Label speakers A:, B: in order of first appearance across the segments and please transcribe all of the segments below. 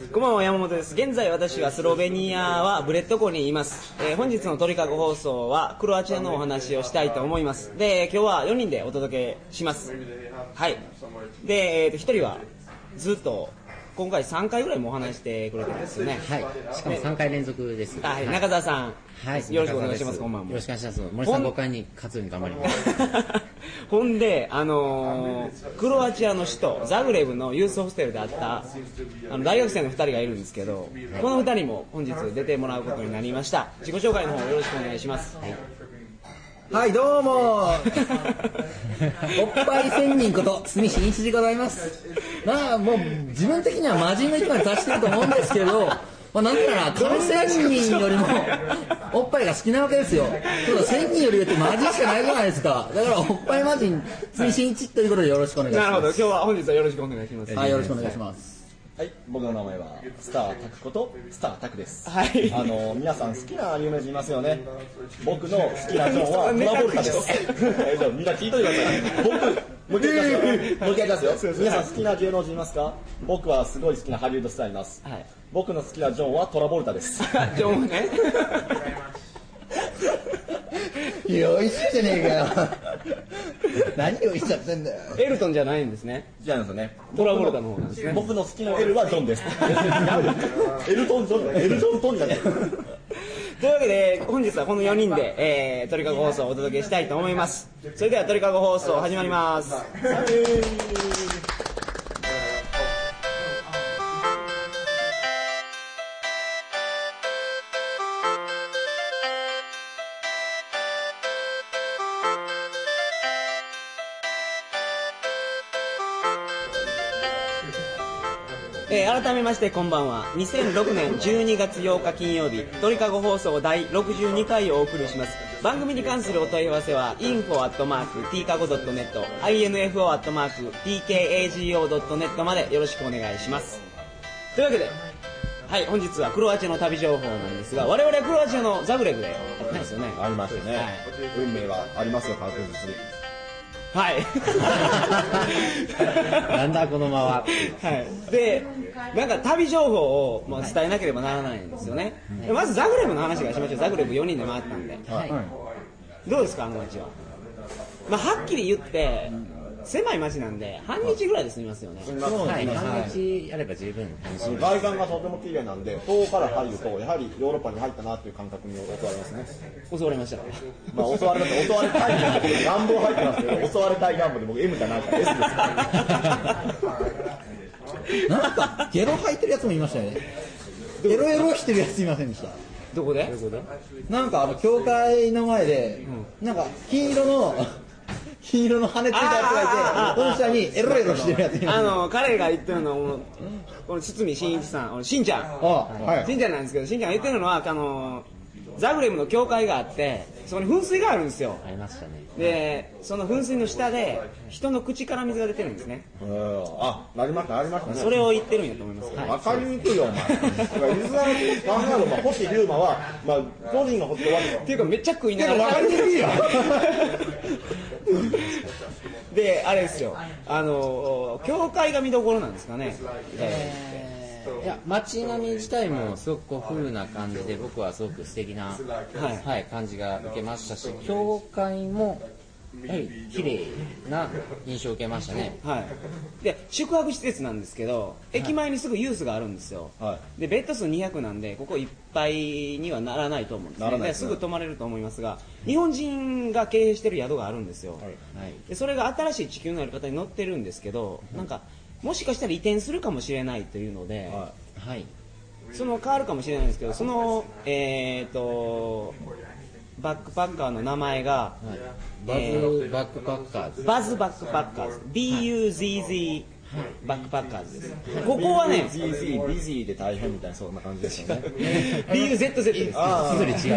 A: こんばんは、山本です。現在私はスロベニアはブレッド港にいます。本日の鳥かご放送はクロアチアのお話をしたいと思います。で、今日は4人でお届けします。はい。で、1人はずっと今回3回ぐらいもお話してくれてるんですよね。
B: はい。しかも3回連続です。
A: はい。中澤さん。
B: はい。
A: よろしくお願いします。こんばんは。
B: よろしくお願いします。森さん5回に勝つように頑張ります。
A: ほんで、クロアチアの首都ザグレブのユースホステルであった大学生の2人がいるんですけど、この2人も本日出てもらうことになりました。自己紹介の方よろしくお願いします。
C: はい、どうもおっぱい仙人こと堤真一でございます。まあもう自分的には魔人の域まで達してると思うんですけど、なんだろうな、亀仙人よりもおっぱいが好きなわけですよ。ただ仙人より言うと魔人しかないじゃないですか。だからおっぱい魔人堤真一ということでよろしくお願いします。
A: なるほど、今日は本日はよろしくお願いします。
C: はい、よろしくお願いします。
D: はい、僕の名前はスタータクことスタータクです。
A: はい。
D: 皆さん好きな有名人いますよね。僕の好きなジョンはトラボルタです。じゃあみんな聞いといてください。もう一回言いますよ。皆さん好きな芸能人いますか？僕はすごい好きなハリウッドスターいます。はい、僕の好きなジョンはトラボルタです。
A: ジョンね。
C: よいしいじゃねえかよ。何を言っちゃってんだよ。
A: エルトンじゃないんですね。
D: じゃないですよね。
A: トラボルタの方なんですね。
D: 僕の好きなエルはジョンです。エルトンジョン、エルジョントンじゃない。
A: というわけで本日はこの4人で、鳥かご放送をお届けしたいと思います。それでは鳥かご放送始まります。改めましてこんばんは。2006年12月8日金曜日、鳥かご放送第62回をお送りします。番組に関するお問い合わせは info@tkago.net info@tkago.net までよろしくお願いします。というわけで、はい、本日はクロアチアの旅情報なんですが、我々はクロアチアのザグレブでやってますよね。
D: ありますよね、はい、運命はありますよ、確実に。
A: はい。
B: なんだこの間は。
A: はい。で、なんか旅情報を伝えなければならないんですよね。まずザグレブの話がしましょう。ザグレブ4人で回ったんで。はい。どうですか、あの街は。はっきり言って、狭い街なんで半日ぐらいで済みますよね。
B: そうですね、半日やれば十分。
D: 外観がとても綺麗なんで、遠から入るとやはりヨーロッパに入ったなという感覚に襲われますね。
A: 襲われました。
D: 襲われたい願望入ってますけど、襲われたい願望で僕 M じゃないから S ですから。
C: なんかゲロ吐いてるやつもいましたよね。エロエロしてるやついませんでした？
A: どこで？
C: なんか教会の前で、なんか金色の羽ついたやつがいて、その下にエロエロしてるやついます。
A: 彼が言ってるのこの堤真一さん、しんちゃん、しんちゃんなんですけど、しんちゃんが言ってるのはザグレブの教会があって、そこに噴水があるんですよ。
B: ありましたね。で、
A: その噴水の下で人の口から水が出てるんですね。
D: なりましたね。
A: それを言ってるんやと思います。
D: わかりにくいよ、お前。水が考える星龍馬は、個人が星終わるよ。
A: っていうかめっちゃ食いながら。
C: わかりにくいよ。
A: で、あれですよ。教会が見どころなんですかね。
B: いや、街並み自体もすごく風な感じで、僕はすごく素敵な、感じが受けましたし、教会もやはり綺麗な印象を受けましたね。
A: はい。で、宿泊施設なんですけど、駅前にすぐユースがあるんですよ。はい、で、ベッド数200なんで、ここいっぱいにはならないと思うんですね。ですぐ泊まれると思いますが、日本人が経営してる宿があるんですよ。はい、で、それが新しい地球のやり方に載ってるんですけど、なんかもしかしたら移転するかもしれないというので、はい、その変わるかもしれないんですけど、そのバックパッカーの名前が、
B: バズバックパッカーズ。
A: バズバックパッカーズ。BUZZ バックパッカーズです。ここはね、
D: BUZZ、ビジーで大変みたいな、そんな感じですよね。
A: BUZZ です。
B: 綴り違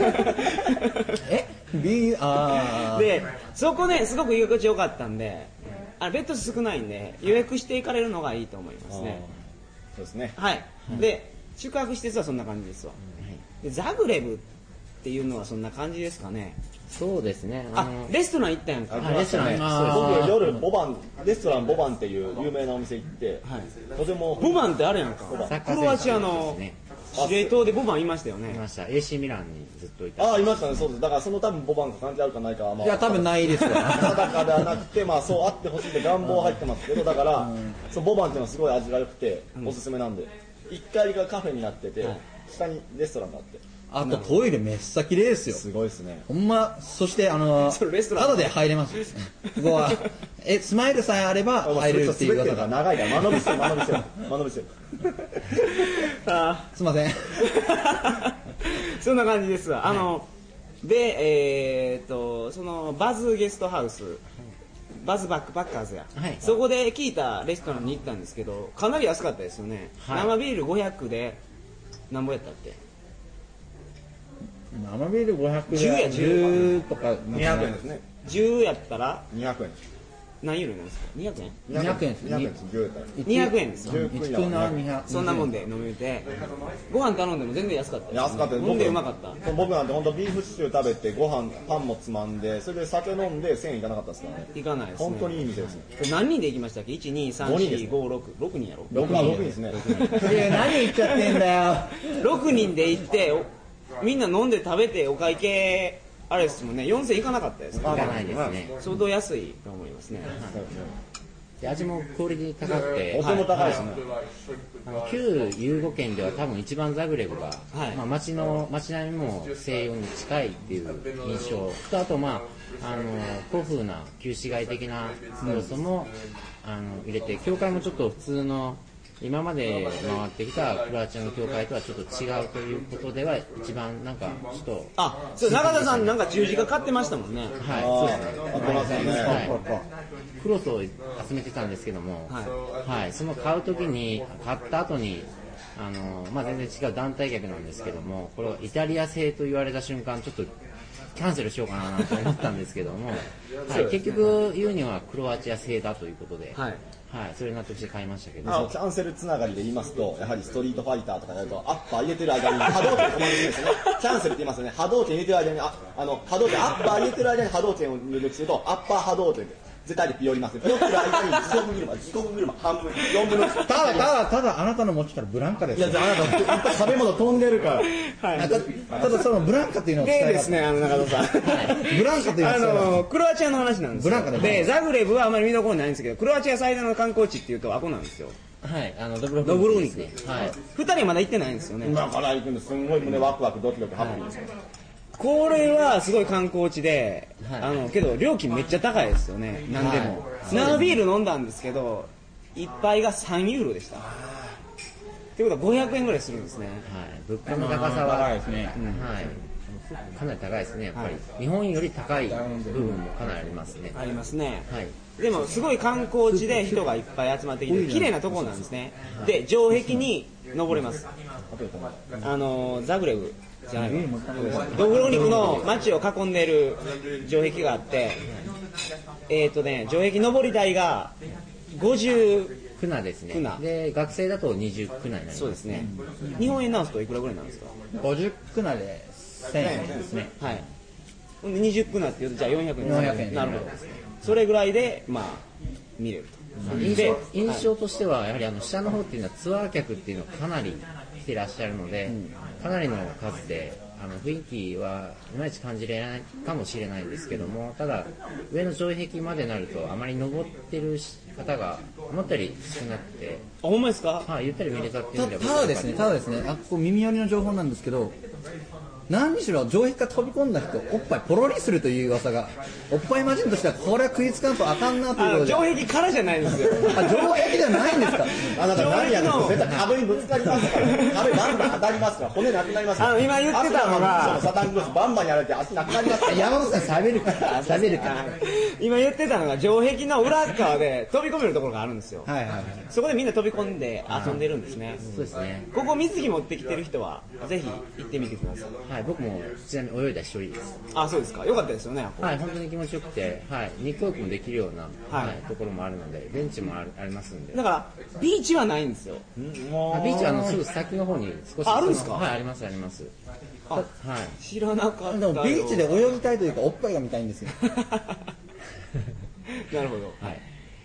B: う。
A: で、そこね、すごく居心地よかったんで、ベッド数少ないんで、予約していかれるのがいいと思いますね。
D: そうですね。
A: はい。で、宿泊施設はそんな感じですわ。で、ザグレブっていうのはそんな感じですかね。
B: そうですね。
A: レストラン行ったやんか。
B: レストラン。
D: 僕夜レストランボバンっていう有名なお店行って、とても
A: ボバンってあるやんか。クロアチアの司令塔でボバンいましたよね。
B: いました。AC ミランにずっといた。
D: いましたね。そうです。だからその多分ボバンが関係あるかないかは、
C: いや多分ないですから
D: 定かではなくて、そうあってほしいって願望入ってますけど、だからボバンっていうのはすごい味が良くておすすめなんで、1階がカフェになってて、下にレストランがあって。
C: あとトイレめっさ綺麗ですよ。
D: すごいですね。
C: ほんま、そしてただで入れます。ここはスマイルさえあれば入れるっていう噂が
D: 長いから間延びしてる。
C: すいません。
A: そんな感じですわ。でそのバズゲストハウス、バズバックパッカーズや、そこで聞いたレストランに行ったんですけど、かなり安かったですよね。生ビール500で何ぼやったっけ？
C: 生ビール500で
A: 10
C: とか
D: 200円ですね。
A: 10やったら
D: 200円。
A: 何ユーロなんですか？200円
C: ？200円です。
A: 200円ですよ。
C: そ
A: んなもんで飲めて、ご飯頼んでも全然安かったです。
D: 安かったです。
A: 飲んでうまかった。
D: 僕なんて本当ビーフシチュー食べてご飯パンもつまんで、それで酒飲んで1000円いかなかったですからね。
A: いかないですね。
D: 本当にいい店ですね。
A: 何人で行きましたっけ？1、2、3、4、5、6、6人やろ。
D: 6人ですね。
C: 何言っちゃってんだよ。
A: 6人で行ってみんな飲んで食べてお会計あれですもんね、4000いかなかったですか？
B: いかないですね。
A: 相当安いと思いますね。
B: で味もクオリティ高くて、
D: とても高いですね。
B: 旧ユーゴ圏では多分一番ザグレブが、街並みも西洋に近いっていう印象と、あと古風な旧市街的な要素も入れて、教会もちょっと普通の今まで回ってきたクロアチアの教会とはちょっと違うということでは一番なんかちょっと
A: 中田さんなんか十字架買ってましたもんね。
B: そうですね。クロスを集めてたんですけども、その買った後に全然違う団体客なんですけども、これはイタリア製と言われた瞬間ちょっとキャンセルしようかなと思ったんですけども、結局言うにはクロアチア製だということで、それ納得して買いましたけど、
D: キャンセルつながりで言いますと、やはりストリートファイターとかやるとアッパー入れてる間に波動拳止まるんですよね。キャンセルって言いますよね。波動拳入れてる間に波動拳アッパー入れてる間に波動拳を入力するとアッパー波動拳で絶対でピヨります。ピヨってる間に時刻車半分4分の1。
C: ただあなたの持ちからブランカです。
D: いや、あなたいっぱい食べ物飛んでるから。
C: ただそのブランカっていうのを
A: でですね、中田さん。
C: ブランカというのは
A: クロアチアの話なんですよ。でザグレブはあまり見どころないんですけど、クロアチア最大の観光地っていうとあこなんですよ。
B: ドブロフニクね。
A: 2人はまだ行ってないんですよね。
D: 今から行くんです。すんごい胸ワクワクドキドキハッピーですよ。
A: これはすごい観光地で、けど料金めっちゃ高いですよね。何でも生ビール飲んだんですけど1杯が3ユーロでした。ってことは500円ぐらいするんですね。
B: 物価の高さはかなり高いですね。やっぱり日本より高い部分もかなりありますね。
A: ありますね。でもすごい観光地で人がいっぱい集まってきて綺麗なところなんですね。で城壁に登れます。ザグレブじゃないドブロニクの街を囲んでいる城壁があって、城壁登り台が50
B: クナですね。で学生だと20クナになります。
A: そうですね。日本円直すといくらぐらいなんですか
C: ？50クナで1000円ですね。
A: 20クナって言うとじゃあ400円。なるほど。それぐらいで見れると。
B: 印象としてはやはり下の方っていうのはツアー客っていうのはかなり来てらっしゃるので、かなりの数で雰囲気はいまいち感じれないかもしれないんですけども、ただ上の城壁までなるとあまり登ってる方が思ったより少なくて、
A: ほんまですか？
B: ゆったり見れたっていう意味では
C: ただですね、ここ耳寄りの情報なんですけど、何にしろ城壁から飛び込んだ人おっぱいポロリするという噂が、おっぱい魔人としてはこれは食いつかんとあかんなということで。
A: 城壁からじゃないんですよ。
C: 城壁じゃないんですか？
D: あなた何やるの？絶対壁にぶつかりますから。壁バンバン当たりますから、骨なくなりますから。
A: 今言ってたのが
D: サタンクロスバンバンやられて足なくなりますから。
C: 山本さん喋るから
A: 今言ってたのが城壁の裏側で飛び込めるところがあるんですよ。そこでみんな飛び込んで遊んでるんですね。
B: そうですね。
A: ここ水着持ってきてる人はぜひ行ってみてください。
B: はい、僕もちなみに泳いだ一人です。
A: あ、そうですか。よかったですよね。
B: はい、本当に気持ちよくて、はい、日光浴もできるような、
A: はい
B: ところもあるので、ベンチもありますんで。
A: だからビーチはないんですよ。
B: ビーチはすぐ先の方に少し。
A: あるんですか？
B: はい、ありますあります。はい。
A: 知らなかった。
C: でもビーチで泳ぎたいというかおっぱいが見たいんですよ。
A: なるほど。
B: はい。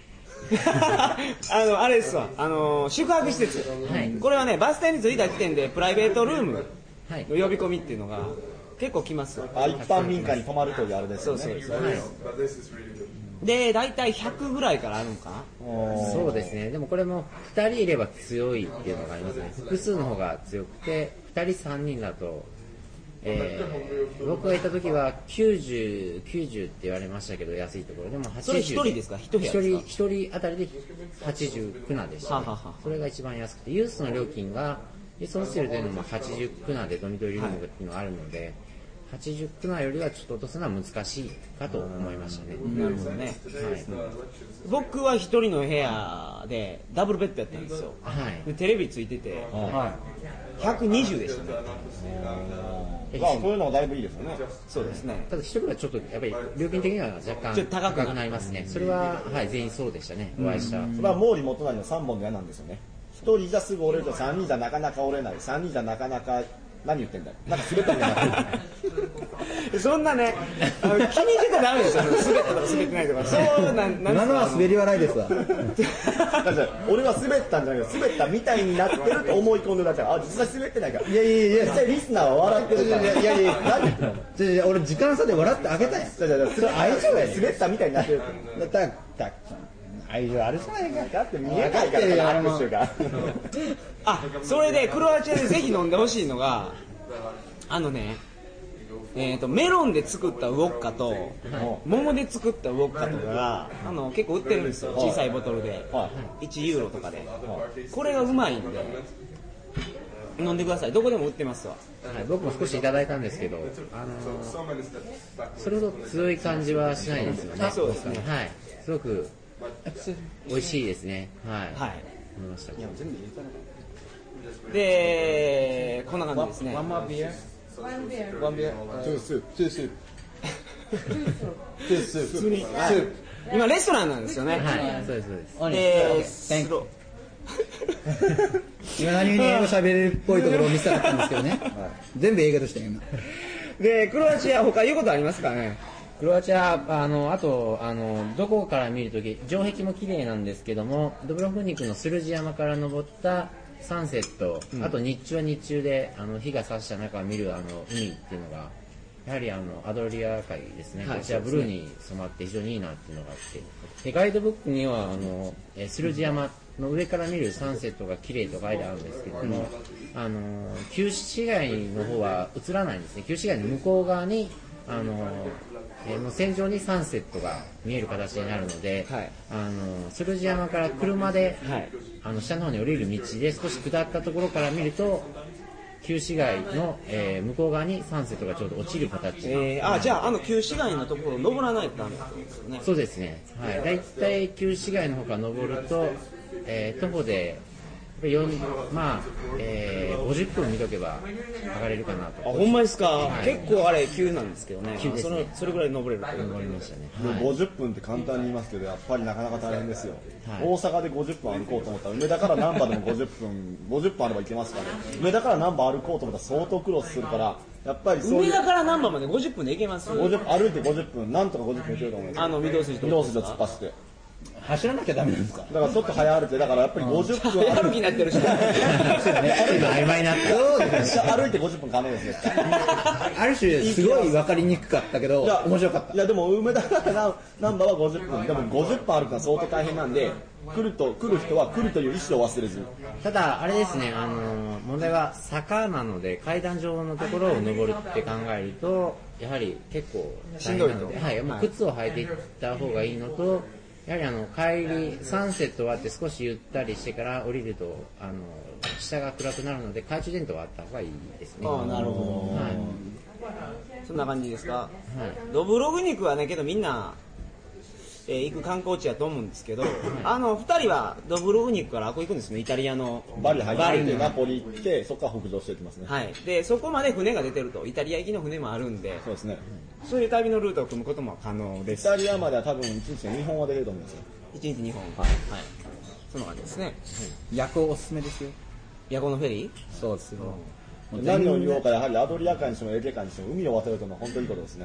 A: あれですわ。宿泊施設。
B: はい。
A: これはね、バス停に着いた時点でプライベートルーム
B: はい
A: の呼び込みっていうのが結構来ますよ。
D: 一般民家に泊まるというあれですよね。
A: そうです。で、大体100ぐらいからあるのかな。
B: そうですね。でもこれも2人いれば強いっていうのがありますね。複数の方が強くて、2人3人だと、僕がいた時は90って言われましたけど、安いところでも80。
A: それ1人ですか？1部屋ですか？
B: 1人あたりで80クナでした、ね。それが一番安くて、ユースの料金が、ユースホステルというのも80クナでドミトリールームっていうのがあるので、80クナよりはちょっと落とすのは難しいかと思いましたね。
A: なるほどね。はい、僕は1人の部屋でダブルベッドやったんですよ。
B: はい、
A: でテレビついてて、120でしたね。
D: そういうのがだいぶいいですよね。
A: そうですね。
B: ただ一人はちょっとやっぱり料金的には若干高くなりますね。それは、はい、全員そうでしたね。お会いした。
D: それは毛利元就の3本の矢なんですよね。1人じゃすぐ折れると3人じゃなかなか折れない。3人じゃなかなか何言ってんだよ。なんか滑ったみたいな。
A: そんなね、気にしてたらダメですよ。滑ったとか滑ってないとか。そうなん
C: 今のは滑り笑いですわ。
D: だって俺は滑ったんじゃないけど、滑ったみたいになってると思い込んでるだけ。あ、実際滑ってないから。いや実際リスナーは笑ってるから。いや何言ってんの？
C: 俺時間差で笑ってあげたやん。それ
D: 愛情や。滑ったみたいになってる。
C: 愛情あるじゃないか。
D: だって見えないからあるんですよが。
A: あ、それでクロアチアでぜひ飲んでほしいのが、メロンで作ったウォッカと、桃で作ったウォッカとかが結構売ってるんですよ。小さいボトルで、1ユーロとかで。これがうまいんで飲んでください。どこでも売ってますわ。
B: はい、僕も少しいただいたんですけど、それほど強い感じはしないですよね。
A: そうですね。
B: はい、すごく美味しいですね。はい。
A: はい。
B: 思いました。
A: で、こんな感じですね。
D: One beer. Two soup.
A: 普通に。今レストランなんですよね。
B: はい、そうですそうです。
C: 今何気に英語喋れるっぽいところを見せたかったんですけどね。全部英語として今。
A: で、クロアチア他言うことありますかね？
B: クロアチア、あとどこから見るとき、城壁も綺麗なんですけども、ドブロフニクのスルジ山から登ったサンセット、あと日中は日中で日が差した中を見る海っていうのが、やはりアドリア海ですね、こちらブルーに染まって非常にいいなっていうのがあって、でガイドブックにはスルジ山の上から見るサンセットが綺麗と書いてあるんですけども、旧市街の方は映らないんですね。旧市街の向こう側にもう線上にサンセットが見える形になるので、はい、スルジ山から車で、はい、下の方に降りる道で少し下ったところから見ると旧市街の、向こう側にサンセットがちょうど落ちる形、
A: じゃあ旧市街のところを登らないとダメなんですよね。
B: そうですね、はい、だいたい旧市街の方から登ると、徒歩で50分見とけば上がれるかなと。
A: ほんまですか、はい、結構あれ急なんですけどね。
B: 急ですね。
A: それぐらい登れると
B: 登りましたね。
D: 50分って簡単に言いますけど、やっぱりなかなか大変ですよ。はい、大阪で50分歩こうと思ったら、梅田から難波でも50分あれば行けますからね。梅田から難波歩こうと思ったら相当クロスするから、やっぱりそういう。
A: 梅田から難波まで50分で行けます
D: 歩いて50分、なんとか50分行けると思います。
A: 御堂筋
D: を突っ走って。
C: 走らなきゃダメなんですか。
D: だからちょっと早歩きで、だからやっぱり50分
A: 早歩きになってるし、
B: 曖昧になった。
D: 歩いて50分かねですよ。
C: ある種すごい分かりにくかったけど面白かった。
D: いやでも梅田から難波は50分、でも50分歩くのは相当大変なんで、来る人は来るという意思を忘れず。
B: ただあれですね、問題は坂なので階段状のところを登るって考えるとやはり結構
A: しんどいと。
B: はい、もう靴を履いていった方がいいのと、やはり帰りサンセット終わって少しゆったりしてから降りると下が暗くなるので懐中電灯はあった方がいいですね。
A: ああ、なるほど、はい、そんな感じですか。
B: はい、
A: ドブログ肉はね、けどみんな行く観光地やと思うんですけど、2人はドブロブニクからここ行くんですね、イタリアの
D: バリ入ってナポリ行って、そこから北上していきますね。
A: はい。で、そこまで船が出てると、イタリア行きの船もあるんで、
D: そうですね。
A: そういう旅のルートを組むことも可能です。
D: イタリアまでは多分1日2本は出れると思うんですよ。
A: 1日2本。はい。その感じですね。
C: 夜行おすすめですよ。
A: 夜行のフェリー？
C: そうですよ。
D: 何を言おうか、やはりアドリア海にしてもエゲ海にしても海を渡るというのは本当にいいことですね。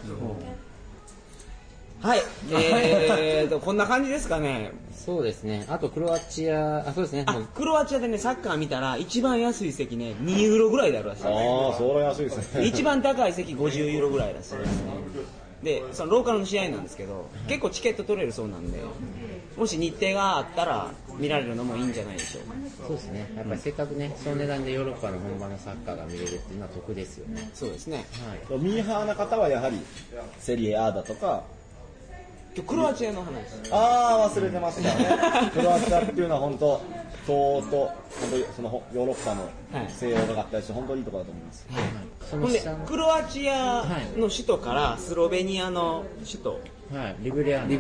A: はい。こんな感じですかね。
B: そうですね。あとクロアチア、そうですね。
A: クロアチアでね、サッカー見たら、一番安い席ね、2ユーロぐらいであるらしい。
D: ああ、それは安いですね。
A: 一番高い席50ユーロぐらいらしいですね。で、そのローカルの試合なんですけど、結構チケット取れるそうなんで、もし日程があったら見られるのもいいんじゃないでしょうか。
B: そうですね。やっぱりせっかくね、その値段でヨーロッパの本場のサッカーが見れるっていうのは得ですよね。
A: そうですね。
B: はい。
D: ミーハーな方はやはりセリエ A だとか、
A: 今日クロアチアの話。
D: ああ、忘れてましたね。クロアチアっていうのは本当、東欧と本当にそのヨーロッパの西洋が合体して本当にいいところだと思います。
A: ほんでクロアチアの首都からスロベニアの首都、
B: リブリアーナ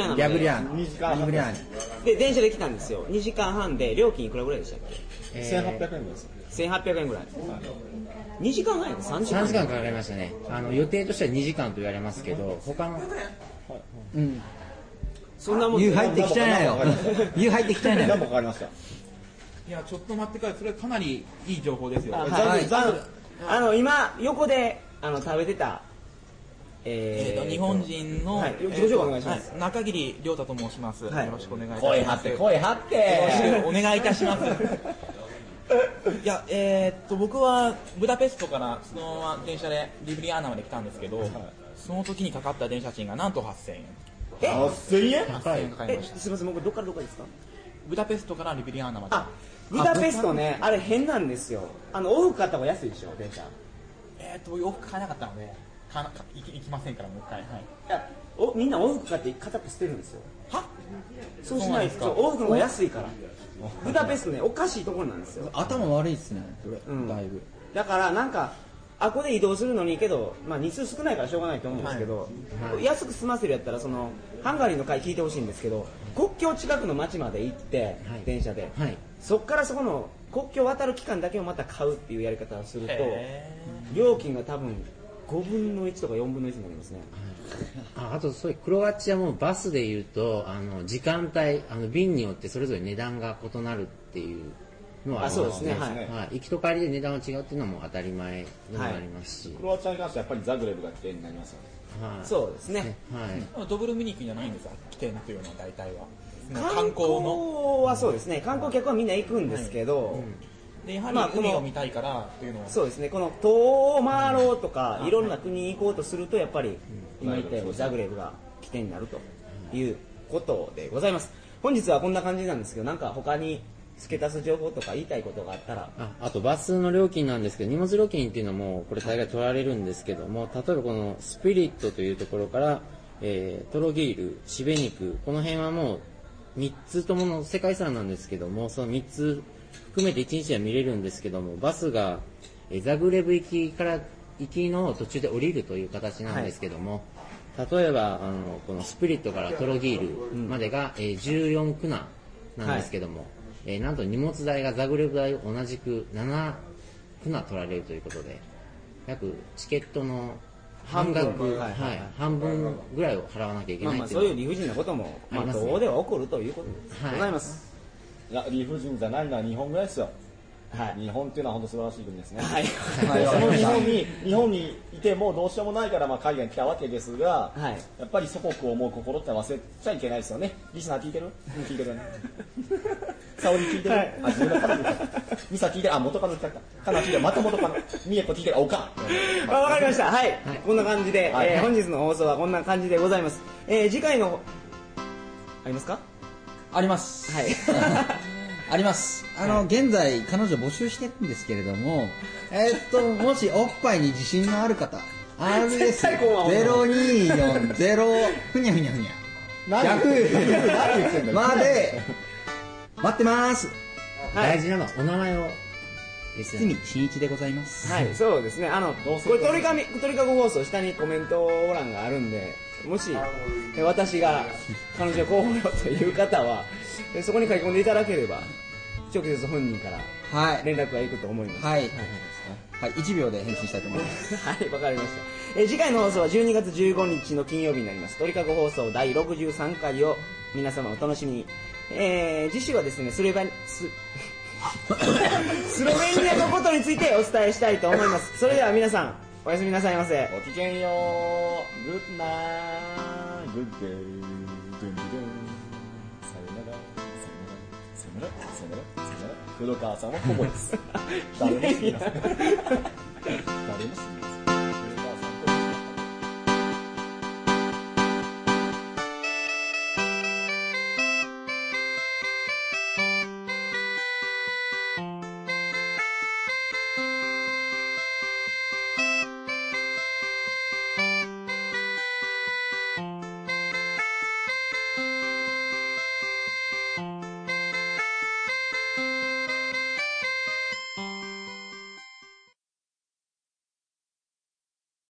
A: で電車で来たんですよ。2時間半で料金いくらぐらいでしたっけ
D: ？1800円です。
A: 1800円ぐらい。2時間半やで3時間。
B: 3時間かかりましたね。予定としては2時間と言われますけど、他の
A: そんなもん。
C: 湯入ってきちゃいなよ。湯入ってきちゃいなよ。
D: 何もかかりました。
E: いや、ちょっと待ってください。それかなりいい情報ですよ。
A: 今横で食べてた
E: 日本人の
A: 自己紹介お願いします。
E: 中桐亮太と申します。よろしくお願いします。
D: 声張って声張って。
E: よろしくお願いいたします。いや、僕はブダペストからそのまま電車でリブリアーナまで来たんですけど、その時にかかった電車賃がなんと8000円。
D: 8000円
E: ？8000円かかりました。
A: すみません、僕どっからどこですか？
E: ブダペストからリブリアーナまで。
A: ブダペストね、あれ変なんですよ。往復買った方が安いでしょ、電車。
E: 洋服買えなかったので行きませんから、もう一回。はい。
A: いや、みんな往復買って片っぽ捨てるんですよ。
E: は？
A: そうしないと往復の方が安いから。ブダペストね、おかしいところなんですよ。
C: 頭悪いっすね、それ。だいぶ。
A: だからなんかここで移動するのにいいけど、日数少ないからしょうがないと思うんですけど、安く済ませるやったらそのハンガリーの回聞いてほしいんですけど、国境近くの町まで行って、電車で、そこからそこの国境を渡る期間だけをまた買うっていうやり方をすると、料金が多分5分の1とか4分の1になりますね。
B: あとそういうクロアチアもバスでいうと時間帯便によってそれぞれ値段が異なるっていうのはありますね。行きと帰りで値段が違うっていうのも当たり前でもありますし、
D: クロアチアに関してはやっぱりザグレブが起点になりますよね。
A: そうですね。
E: ドブルムニクじゃないんですか、起点というのは大体は。
A: 観光はそうですね、観光客はみんな行くんですけど、
E: でやはり海を見たいからというのは、
A: そうですね、この東欧を回ろうとかいろんな国に行こうとするとやっぱり今言ったようにザグレブが起点になるということでございます。本日はこんな感じなんですけど、なんか他に付け足す情報とか言いたいことがあったら。
B: あとバスの料金なんですけど、荷物料金っていうのもこれ大概取られるんですけども、例えばこのスピリットというところから、トロギール、シベニク、この辺はもう3つともの世界遺産なんですけども、その3つ含めて1日は見れるんですけども、バスがザグレブ行きの途中で降りるという形なんですけども、例えばこのスピリットからトロギールまでが14クナなんですけども、なんと荷物代がザグレブ代同じく7クナ取られるということで、約チケットの半額、半分ぐらいを払わなきゃいけないっていう、
A: そういう理不尽なことも東欧では起こるということでございます。
D: いや、理不尽じゃないのは日本ぐらいですよ。日本っていうのは本当素晴らしい国ですね。その日本にいてもどうしようもないから海外に来たわけですが、やっぱり祖国を思う心って忘れちゃいけないですよね。リスナー聞いてる？聞いてるよね。沙織聞いてる？自分の彼女ミサ聞いてる？元カノ聞いた。カナ聞いてる？また元カノ。ミエコ聞いてる？おかん。
A: わかりました。こんな感じで本日の放送はこんな感じでございます。次回のありますか？
C: あります。あります。現在、彼女募集してるんですけれども、もしおっぱいに自信のある方、RS0240 ふにゃふにゃふにゃ。100まで、待ってます。
B: 大事なのはお名前を。
C: 堤真一でございます。
A: そうですね。これ鳥かご放送下にコメント欄があるんで、 もし私が彼女候補よという方はそこに書き込んでいただければ直接本人から連絡がいくと思います。
C: はい、はい、1秒で返信したいと思います。
A: はい、わかりました。次回の放送は12月15日の金曜日になります。鳥かご放送第63回を皆様お楽しみに。次週はですね、スロベニアのことについてお伝えしたいと思います。それでは皆さん、おやすみなさいませ。
D: ごきげんよう。グッナイグッデイ。さよなら、さよなら、さよなら、さよなら、さよなら。黒川さんはほぼです。誰も好きな誰も好き